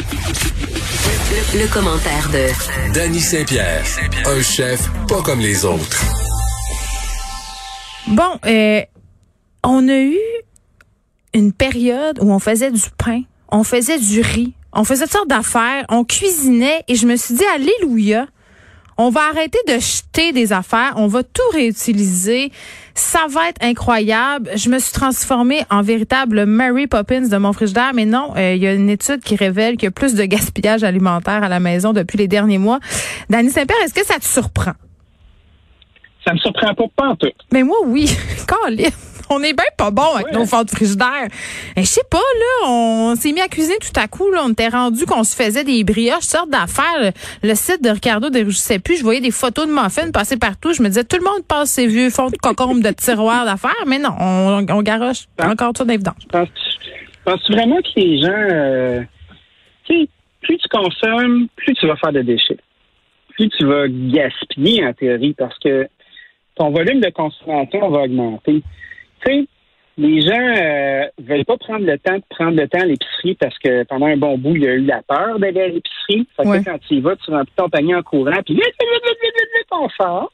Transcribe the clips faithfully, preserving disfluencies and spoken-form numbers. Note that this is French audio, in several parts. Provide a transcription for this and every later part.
Le, le commentaire de Danny Saint-Pierre, un chef pas comme les autres. Bon, euh, on a eu une période où on faisait du pain, on faisait du riz, on faisait toutes sortes d'affaires, on cuisinait et je me suis dit, alléluia, on va arrêter de jeter des affaires, on va tout réutiliser, ça va être incroyable. Je me suis transformée en véritable Mary Poppins de mon frigidaire, mais non, il euh, y a une étude qui révèle qu'il y a plus de gaspillage alimentaire à la maison depuis les derniers mois. Danny Saint-Pierre, est-ce que ça te surprend? Ça me surprend pas, pas en tout. Mais moi, oui. Colin, on est bien pas bon avec ouais. nos fonds de frigidaire. Je sais pas, là, on s'est mis à cuisiner tout à coup, là. On était rendu qu'on se faisait des brioches, sortes d'affaires. Le, le site de Ricardo dérougissait plus. Je voyais des photos de muffins passer partout. Je me disais, tout le monde passe ses vieux fonds de concombre de tiroir d'affaires. Mais non, on, on garoche ah. encore tout d'évidence. Penses-tu, penses-tu vraiment que les gens, euh, tu sais, plus tu consommes, plus tu vas faire de déchets. Plus tu vas gaspiller, en théorie, parce que ton volume de consommation va augmenter. Tu sais, les gens euh, veulent pas prendre le temps de prendre le temps à l'épicerie parce que pendant un bon bout, il y a eu la peur d'aller à l'épicerie. Fait que ouais. quand tu y vas, tu remplis ton panier en courant, puis vite, vite, vite, vite, vite, vite, on sort.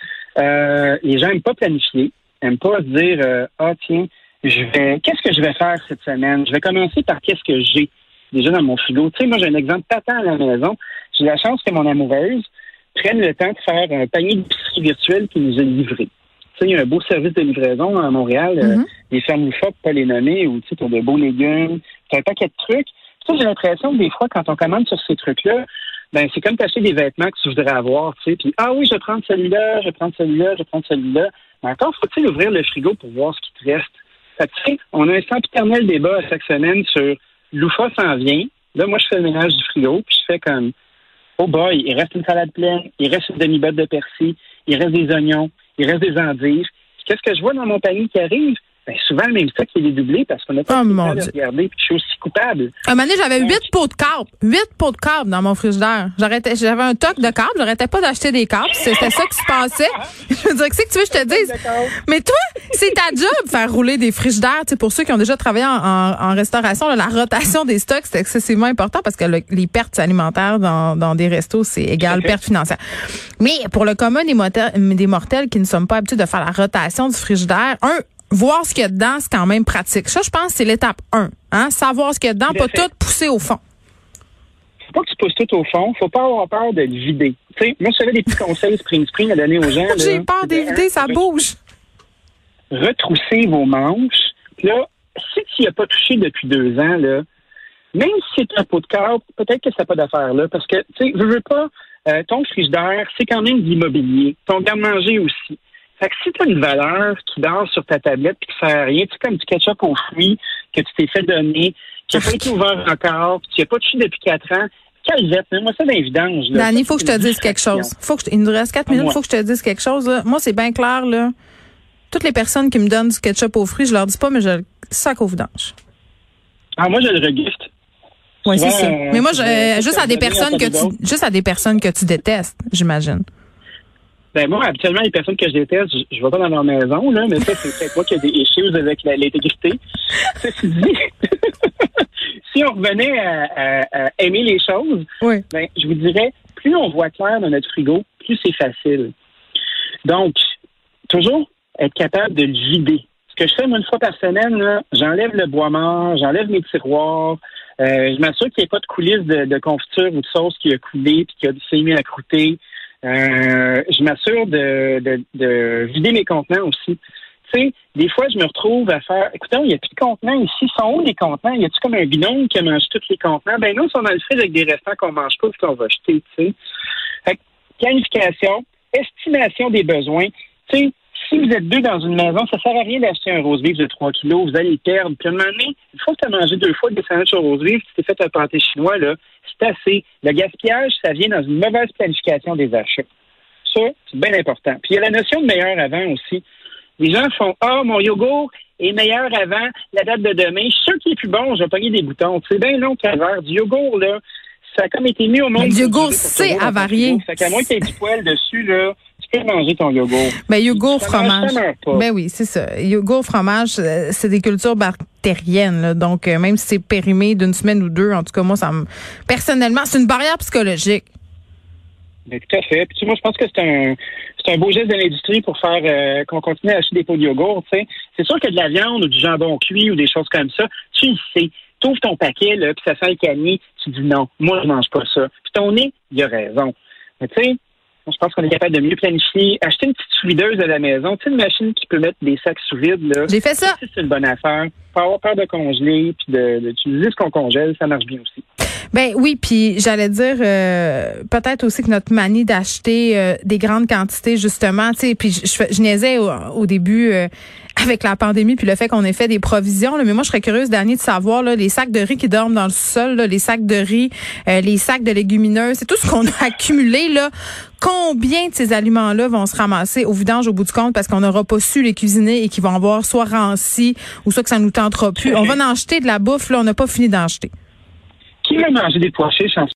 Euh, les gens n'aiment pas planifier, n'aiment pas se dire euh, ah tiens, je vais qu'est-ce que je vais faire cette semaine? Je vais commencer par qu'est-ce que j'ai déjà dans mon frigo. Tu sais, moi j'ai un exemple patent à la maison. J'ai la chance que mon amoureuse prenne le temps de faire un panier d'épicerie virtuel qui nous est livré. Tu sais, il y a un beau service de livraison à Montréal, mm-hmm. euh, des fermes loufoques, pas les nommer, où tu sais, t'as de beaux légumes, t'as un paquet de trucs. Tu sais, j'ai l'impression que des fois, quand on commande sur ces trucs-là, ben c'est comme t'acheter des vêtements que tu voudrais avoir, tu sais, puis ah oui, je vais prendre celui-là, je vais prendre celui-là, je vais prendre celui-là. Mais encore, faut-il ouvrir le frigo pour voir ce qui te reste? Fait que, tu sais, on a un sempiternel débat à chaque semaine sur Loufa s'en vient. Là, moi, je fais le ménage du frigo, puis je fais comme oh boy, il reste une salade pleine, il reste une demi-botte de persil, il reste des oignons, il reste des endives. Puis qu'est-ce que je vois dans mon panier qui arrive? Ben, souvent, le même stock, il est dédoublé parce qu'on n'a pas oh le temps de regarder, puis je suis aussi coupable. Un moment donné, j'avais huit pots de câbles. Huit pots de câbles dans mon frigidaire. J'arrêtais, j'avais un toc de câbles, j'arrêtais pas d'acheter des câbles. C'était ça qui se passait. Je veux dire, qu'est-ce que tu veux que je te dise? Mais toi, c'est ta job, faire rouler des frigidaires. Tu sais, pour ceux qui ont déjà travaillé en, en, en restauration, là, la rotation des stocks, c'est excessivement important parce que le, les pertes alimentaires dans, dans des restos, c'est égal perte financière. Mais pour le commun des mortels, des mortels qui ne sommes pas habitués de faire la rotation du frigidaire, un, voir ce qu'il y a dedans, c'est quand même pratique. Ça, je pense, c'est l'étape un. Hein? Savoir ce qu'il y a dedans, pas tout pousser au fond. Faut pas que tu pousses tout au fond. Faut pas avoir peur de le vider. Tu sais, moi, je savais des petits conseils Spring Spring à donner aux gens. J'ai peur de vider, ça bouge. Retroussez vos manches. Puis là, si tu n'y as pas touché depuis deux ans, là, même si c'est un pot de câble, peut-être que ça n'a pas d'affaire là. Parce que, tu sais, je veux pas, euh, ton frigidaire, c'est quand même de l'immobilier. Ton garde-manger aussi. Fait que si tu as une valeur qui dort sur ta tablette et qui ne sert à rien, tu sais, comme du ketchup aux fruits que tu t'es fait donner, qui n'a pas été ouvert encore, puis tu n'as pas touché depuis quatre ans, calvette, mets-moi ça dans les vidanges. Danny, il faut que je te dise quelque chose. Faut que je, il nous reste quatre minutes, il faut que je te dise quelque chose. Là. Moi, c'est bien clair. Là. Toutes les personnes qui me donnent du ketchup aux fruits, je leur dis pas, mais je le sac aux vidanges. Ah, moi, je le reguste. Oui, c'est ça. Euh, mais moi, je, euh, juste à des personnes que tu, juste à des personnes que tu détestes, j'imagine. Ben moi, habituellement, les personnes que je déteste, je, je vais pas dans leur maison, là, mais ça, c'est peut-être moi qui ai des issues avec la, l'intégrité. Ceci dit, si on revenait à, à, à aimer les choses, oui. ben, je vous dirais, plus on voit clair dans notre frigo, plus c'est facile. Donc, toujours être capable de le vider. Ce que je fais, moi, une fois par semaine, là, j'enlève le bois mort, j'enlève mes tiroirs, euh, je m'assure qu'il n'y ait pas de coulisses de, de confiture ou de sauce qui a coulé puis qui a s'est mis à croûter. Euh, je m'assure de, de, de vider mes contenants aussi. Tu sais, des fois, je me retrouve à faire, écoutez, il n'y a plus de contenants ici. Sont où les contenants? Y a-tu comme un binôme qui mange tous les contenants? Ben non, ils sont dans le fridge avec des restants qu'on mange pas et qu'on va jeter, tu sais. Fait que, planification, estimation des besoins. Tu sais, si vous êtes deux dans une maison, ça sert à rien d'acheter un rose vif de trois kilos. Vous allez le perdre. Puis à un moment donné, une fois que tu as mangé deux fois des sandwichs au rose vif, tu t'es fait un pâté chinois, là, c'est assez. Le gaspillage, ça vient dans une mauvaise planification des achats. Ça, c'est bien important. Puis il y a la notion de meilleur avant aussi. Les gens font « Ah, mon yogourt est meilleur avant la date de demain. Je suis sûr qu'il est plus bon, je vais pogner des boutons. » C'est bien long, calvaire. Du yogourt, là, ça a comme été mis au monde. Le yogourt, c'est avarié. Fait qu'à moins qu'il y ait du poil dessus, là, tu Tu peux manger ton yogourt. Ben, yogourt, Ça mange, fromage. ça meurt pas. Ben oui, c'est ça. Yogourt, fromage, euh, c'est des cultures bactériennes, là. Donc, euh, même si c'est périmé d'une semaine ou deux, en tout cas, moi, ça me, personnellement, c'est une barrière psychologique. Ben, tout à fait. Puis, tu sais, moi, je pense que c'est un, c'est un beau geste de l'industrie pour faire euh, qu'on continue à acheter des pots de yogourt. Tu sais, c'est sûr que de la viande ou du jambon cuit ou des choses comme ça, tu le sais. Tu ouvres ton paquet là, puis ça sent le cani, tu dis non, moi je mange pas ça. Puis ton nez, il a raison. Mais tu sais, je pense qu'on est capable de mieux planifier. Acheter une petite sous-videuse à la maison, tu sais, une machine qui peut mettre des sacs sous vide là. J'ai fait ça. C'est une bonne affaire. Pas avoir peur de congeler puis de d'utiliser ce qu'on congèle, ça marche bien aussi. Ben oui, puis j'allais dire euh, peut-être aussi que notre manie d'acheter euh, des grandes quantités, justement, tu sais, puis je, je, je niaisais au, au début euh, avec la pandémie puis le fait qu'on ait fait des provisions, là, mais moi je serais curieuse, Dani, de savoir là, les sacs de riz qui dorment dans le sous-sol, là, les sacs de riz, euh, les sacs de légumineuses, c'est tout ce qu'on a accumulé là. Combien de ces aliments-là vont se ramasser au vidange au bout du compte parce qu'on n'aura pas su les cuisiner et qu'ils vont avoir soit rancis ou soit que ça nous tentera plus. On va en acheter de la bouffe, là, on n'a pas fini d'en acheter. Qui veut manger des pois chiches en